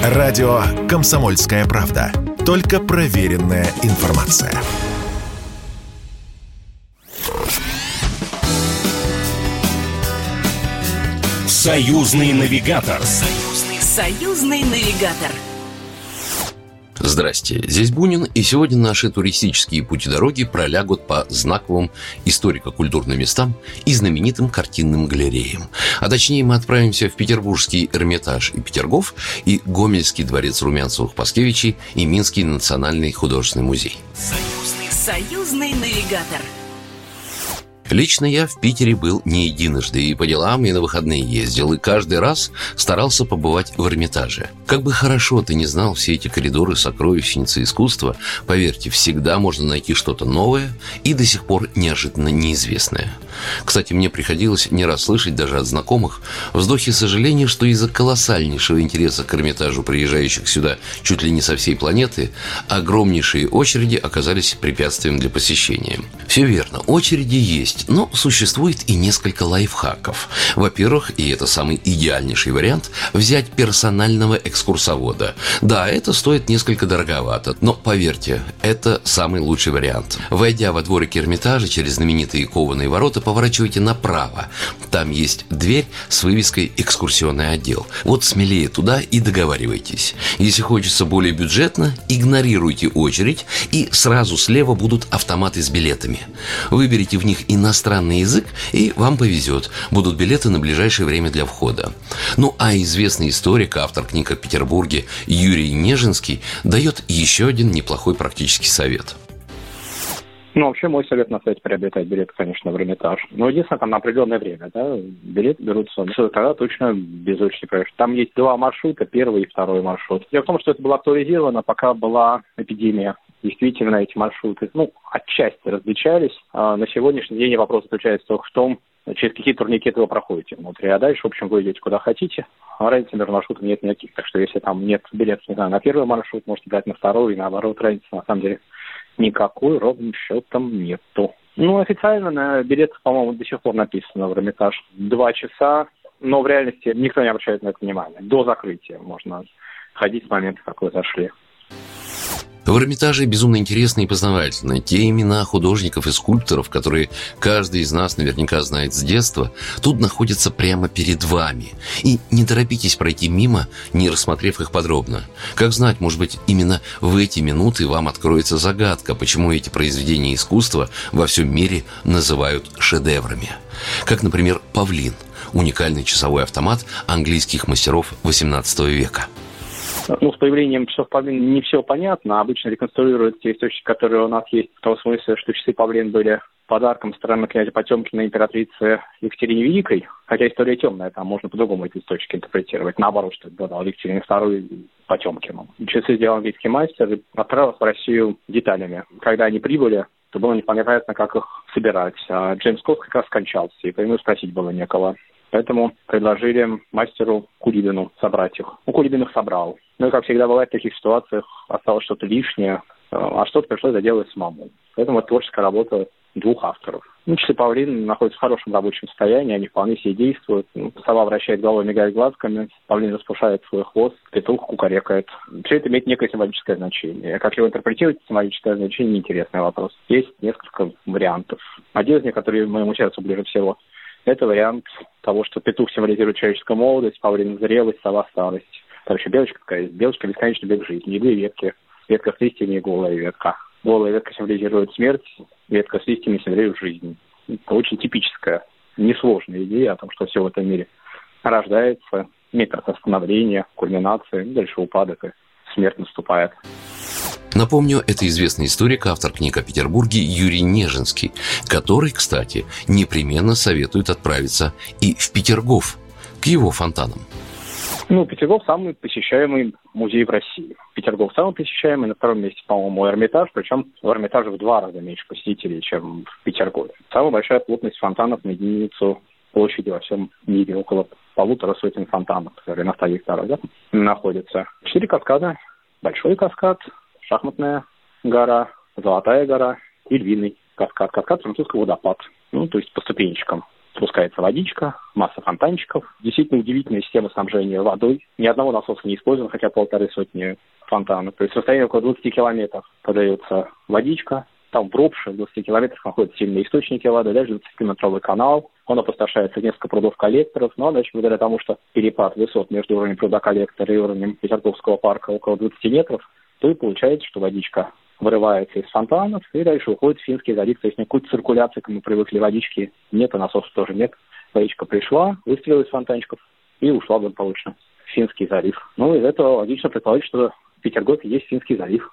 Радио «Комсомольская правда». Только проверенная информация. Союзный навигатор. Союзный навигатор. Здрасте, здесь Бунин, и сегодня наши туристические пути-дороги пролягут по знаковым историко-культурным местам и знаменитым картинным галереям. А точнее, мы отправимся в Петербургский Эрмитаж и Петергоф, и Гомельский дворец Румянцевых-Паскевичей, и Минский национальный художественный музей. Союзный навигатор. Лично я в Питере был не единожды, и по делам, и на выходные ездил, и каждый раз старался побывать в Эрмитаже. Как бы хорошо ты не знал все эти коридоры сокровищницы искусства, поверьте, всегда можно найти что-то новое и до сих пор неожиданно неизвестное. Кстати, мне приходилось не раз слышать даже от знакомых вздохи сожаления, что из-за колоссальнейшего интереса к Эрмитажу приезжающих сюда чуть ли не со всей планеты, огромнейшие очереди оказались препятствием для посещения. Все верно, очереди есть. Но существует и несколько лайфхаков. Во-первых, и это самый идеальнейший вариант, взять персонального экскурсовода. Да, это стоит несколько дороговато, но поверьте, это самый лучший вариант. Войдя во дворик Эрмитажа через знаменитые кованые ворота, поворачивайте направо. Там есть дверь с вывеской «Экскурсионный отдел». Вот смелее туда и договаривайтесь. Если хочется более бюджетно, игнорируйте очередь, и сразу слева будут автоматы с билетами. Выберите в них иностранный язык, и вам повезет. Будут билеты на ближайшее время для входа. Ну, а известный историк, автор книг о Петербурге Юрий Нежинский дает еще один неплохой практический совет. Ну, вообще, мой совет на сайте приобретать билеты, конечно, в Эрмитаж. Но единственное, там на определенное время, да, билеты берутся, тогда точно без очереди проезжаешь. Там есть два маршрута, первый и второй маршрут. Дело в том, что это было актуализировано, пока была эпидемия. Действительно, эти маршруты, отчасти различались. А на сегодняшний день вопрос заключается только в том, через какие турникеты вы проходите внутри. А дальше, в общем, вы идете куда хотите. А разницы между маршрутами нет никаких. Так что, если там нет билетов, не знаю, на первый маршрут, можете брать на второй, и наоборот, разницы на самом деле никакой ровным счетом нету. Официально на билетах, по-моему, до сих пор написано в Эрмитаж 2 часа, но в реальности никто не обращает на это внимания. До закрытия можно ходить с момента, как вы зашли. В Эрмитаже безумно интересно и познавательно. Те имена художников и скульпторов, которые каждый из нас наверняка знает с детства, тут находятся прямо перед вами. И не торопитесь пройти мимо, не рассмотрев их подробно. Как знать, может быть, именно в эти минуты вам откроется загадка, почему эти произведения искусства во всем мире называют шедеврами. Как, например, «Павлин» – уникальный часовой автомат английских мастеров XVIII века. С появлением часов Павлин не все понятно. Обычно реконструируют те источники, которые у нас есть, в том смысле, что часы Павлин были подарком стороны князя Потемкина императрице Екатерине Великой. Хотя история темная, там можно по-другому эти источники интерпретировать. Наоборот, что это дал Екатерине II Потемкину. Часы сделал английский мастер и отправился в Россию деталями. Когда они прибыли, то было непонятно, как их собирать. А Джеймс Скотт как раз скончался, и по нему спросить было некого. Поэтому предложили мастеру Кулибину собрать их. Кулибин их собрал. И, как всегда бывает в таких ситуациях, осталось что-то лишнее, а что-то пришлось доделать самому. Поэтому это творческая работа двух авторов. Часы Павлин находятся в хорошем рабочем состоянии, они вполне себе действуют. Сова вращает головой, мигает глазками, Павлин распушает свой хвост, петух кукарекает. Все это имеет некое символическое значение. Как его интерпретировать, символическое значение, интересный вопрос. Есть несколько вариантов. Один из них, который моему сердцу ближе всего, это вариант того, что петух символизирует человеческую молодость, Павлин зрелость, сова старость. Короче, белочка такая есть. Белочка — бесконечный бег жизни. И две ветки. Ветка с листьями и голая ветка. Голая ветка символизирует смерть, ветка с листьями символизирует жизнь. Это очень типическая, несложная идея о том, что все в этом мире рождается, имеет остановление, кульминация, дальше упадок, и смерть наступает. Напомню, это известный историк, автор книг о Петербурге Юрий Нежинский, который, кстати, непременно советует отправиться и в Петергоф, к его фонтанам. Петергоф – самый посещаемый музей в России. Петергоф самый посещаемый, на втором месте, по-моему, Эрмитаж, причем в Эрмитаже в 2 раза меньше посетителей, чем в Петергофе. Самая большая плотность фонтанов на единицу площади во всем мире, около 150 фонтанов, которые на 100 гектарах находятся. 4 каскада, Большой каскад, Шахматная гора, Золотая гора и Львиный каскад. Каскад французский водопад, то есть по ступенечкам. спускается водичка, масса фонтанчиков. Действительно удивительная система снабжения водой. Ни одного насоса не использовано, хотя 150 фонтанов. То есть в расстоянии около 20 километров подается водичка. Там в рубше в 20 километрах находятся сильные источники воды, дальше 20-метровый канал. Он опустошается в несколько прудов-коллекторов, но дальше, благодаря тому, что перепад высот между уровнем пруда-коллектора и уровнем Петерговского парка около 20 метров, то и получается, что водичка вырывается из фонтанов и дальше уходит в Финский залив. То есть никакой циркуляции, как мы привыкли, водички нет, а насосов тоже нет. Водичка пришла, выстрелила из фонтанчиков и ушла благополучно в Финский залив. Ну, из этого логично предположить, что в Петергофе есть Финский залив.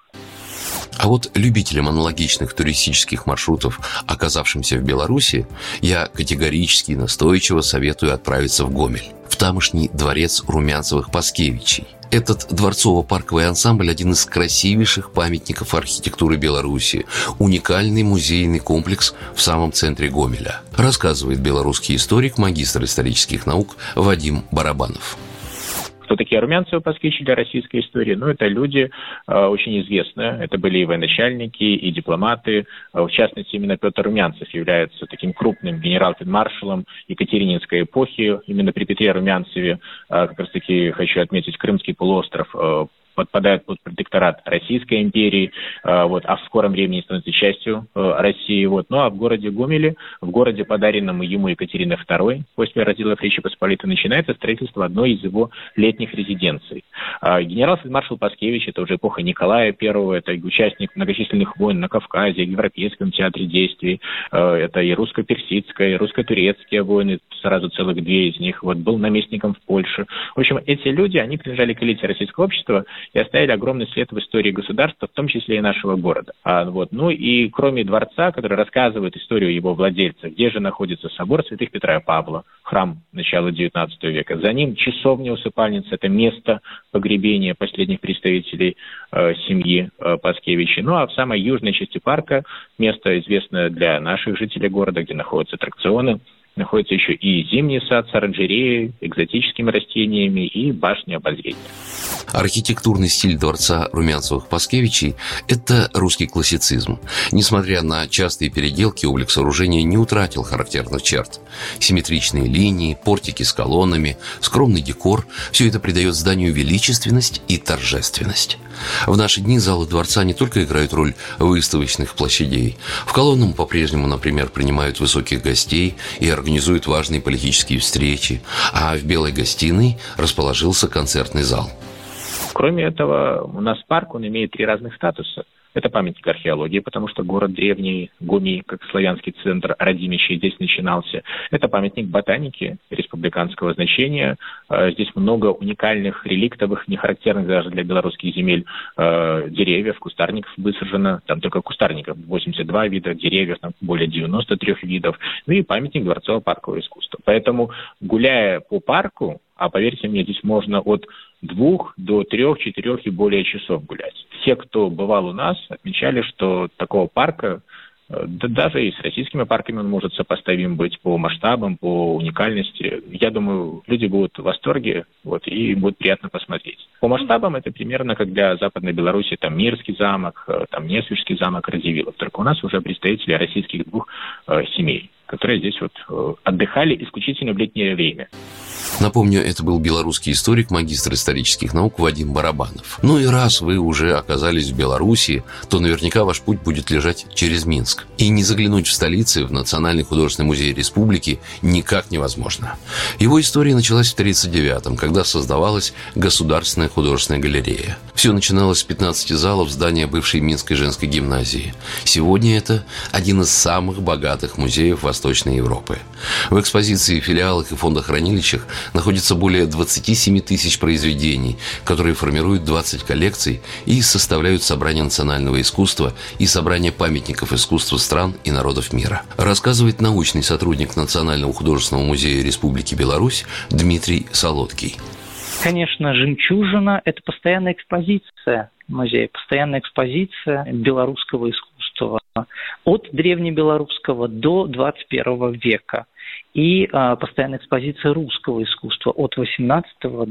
А вот любителям аналогичных туристических маршрутов, оказавшимся в Беларуси, я категорически и настойчиво советую отправиться в Гомель, в тамошний дворец Румянцевых-Паскевичей. Этот дворцово-парковый ансамбль – один из красивейших памятников архитектуры Беларуси, уникальный музейный комплекс в самом центре Гомеля, рассказывает белорусский историк, магистр исторических наук Вадим Барабанов. Кто такие Румянцевы-Паскевичи для российской истории? Это люди очень известные. Это были и военачальники, и дипломаты. В частности, именно Петр Румянцев является таким крупным генерал-фельдмаршалом Екатерининской эпохи. Именно при Петре Румянцеве, как раз таки хочу отметить, Крымский полуостров подпадает под протекторат Российской империи, а в скором времени становится частью России. Ну а в городе Гомеле, в городе, подаренном ему Екатериной II, после родилов Речи Посполитой, начинается строительство одной из его летних резиденций. Генерал-фельдмаршал Паскевич, это уже эпоха Николая I, это участник многочисленных войн на Кавказе, в Европейском театре действий, это и русско-персидская, и русско-турецкие войны, сразу целых две из них, был наместником в Польше. В общем, эти люди, они принадлежали к элите российского общества и оставили огромный след в истории государства, в том числе и нашего города. Ну и кроме дворца, который рассказывает историю его владельца, где же находится собор святых Петра и Павла, храм начала XIX века, за ним часовня-усыпальница, это место погребения последних представителей семьи Паскевичей. Ну а в самой южной части парка, место известное для наших жителей города, где находятся аттракционы, находится еще и зимний сад с оранжереей, экзотическими растениями и башня обозрения. Архитектурный стиль дворца Румянцевых-Паскевичей – это русский классицизм. Несмотря на частые переделки, облик сооружения не утратил характерных черт. Симметричные линии, портики с колоннами, скромный декор – все это придает зданию величественность и торжественность. В наши дни залы дворца не только играют роль выставочных площадей. В Колонном по-прежнему, например, принимают высоких гостей и организуют важные политические встречи, а в Белой гостиной расположился концертный зал. Кроме этого, у нас парк, он имеет 3 разных статуса. Это памятник археологии, потому что город древний, Гомель, как славянский центр родимища, здесь начинался. Это памятник ботаники республиканского значения. Здесь много уникальных, реликтовых, не характерных даже для белорусских земель деревьев, кустарников высажено. Там только кустарников 82 вида, деревьев там более 93 видов. Ну и памятник дворцово-паркового искусства. Поэтому, гуляя по парку, а поверьте мне, здесь можно от 2 до 3, 4 и более часов гулять. Все, кто бывал у нас, отмечали, что такого парка, да даже и с российскими парками он может сопоставим быть по масштабам, по уникальности. Я думаю, люди будут в восторге, и будет приятно посмотреть. По масштабам это примерно как для Западной Беларуси, там Мирский замок, там Несвежский замок, Радзивиллов. Только у нас уже представители российских 2 семей, которые здесь отдыхали исключительно в летнее время. Напомню, это был белорусский историк, магистр исторических наук Вадим Барабанов. Ну и раз вы уже оказались в Беларуси, то наверняка ваш путь будет лежать через Минск. И не заглянуть в столице, в Национальный художественный музей республики, никак невозможно. Его история началась в 1939-м, когда создавалась Государственная художественная галерея. Все начиналось с 15 залов здания бывшей Минской женской гимназии. Сегодня это один из самых богатых музеев Восточной Европы. В экспозиции, филиалах и фондохранилищах находится более 27 тысяч произведений, которые формируют 20 коллекций и составляют собрание национального искусства и собрание памятников искусства стран и народов мира. Рассказывает научный сотрудник Национального художественного музея Республики Беларусь Дмитрий Солодкий. Конечно, «Жемчужина» – это постоянная экспозиция музея, постоянная экспозиция белорусского искусства от древнебелорусского до 21 века. И постоянная экспозиция русского искусства от 18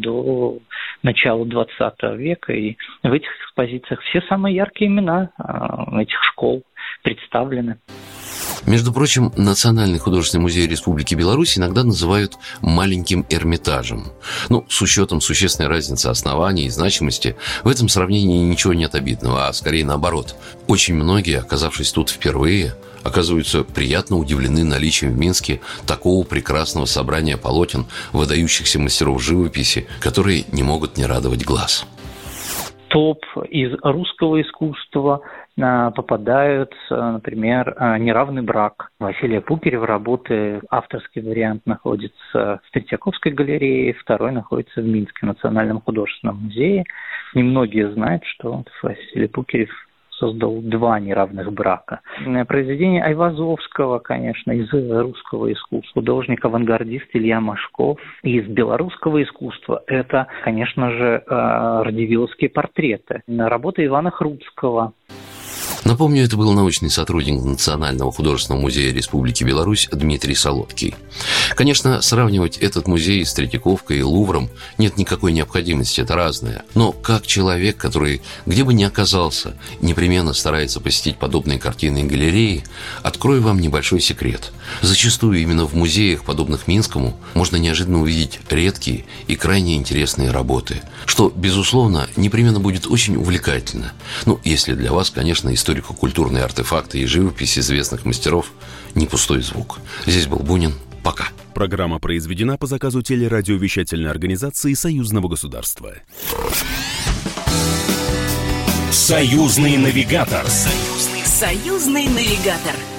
до начала 20 века. И в этих экспозициях все самые яркие имена этих школ представлены. Между прочим, Национальный художественный музей Республики Беларусь иногда называют маленьким Эрмитажем. С учетом существенной разницы оснований и значимости, в этом сравнении ничего нет обидного, а скорее наоборот. Очень многие, оказавшись тут впервые, оказываются приятно удивлены наличием в Минске такого прекрасного собрания полотен выдающихся мастеров живописи, которые не могут не радовать глаз. Топ из русского искусства попадают, например, «Неравный брак». Василия Пукарева работы, авторский вариант находится в Третьяковской галерее, второй находится в Минском национальном художественном музее. Немногие знают, что Василий Пукарев создал 2 неравных брака. Произведение Айвазовского, конечно, из русского искусства. Художник-авангардист Илья Машков. Из белорусского искусства это, конечно же, радивиловские портреты. Работа Ивана Хруцкого. Напомню, это был научный сотрудник Национального художественного музея Республики Беларусь Дмитрий Солодкий. Конечно, сравнивать этот музей с Третьяковкой и Лувром нет никакой необходимости, это разное. Но как человек, который, где бы ни оказался, непременно старается посетить подобные картины и галереи, открою вам небольшой секрет. Зачастую именно в музеях, подобных Минскому, можно неожиданно увидеть редкие и крайне интересные работы, что, безусловно, непременно будет очень увлекательно. Если для вас, конечно, историко-культурные артефакты и живопись известных мастеров не пустой звук. Здесь был Бунин. Пока. Программа произведена по заказу телерадиовещательной организации Союзного государства. Союзный навигатор. Союзный навигатор.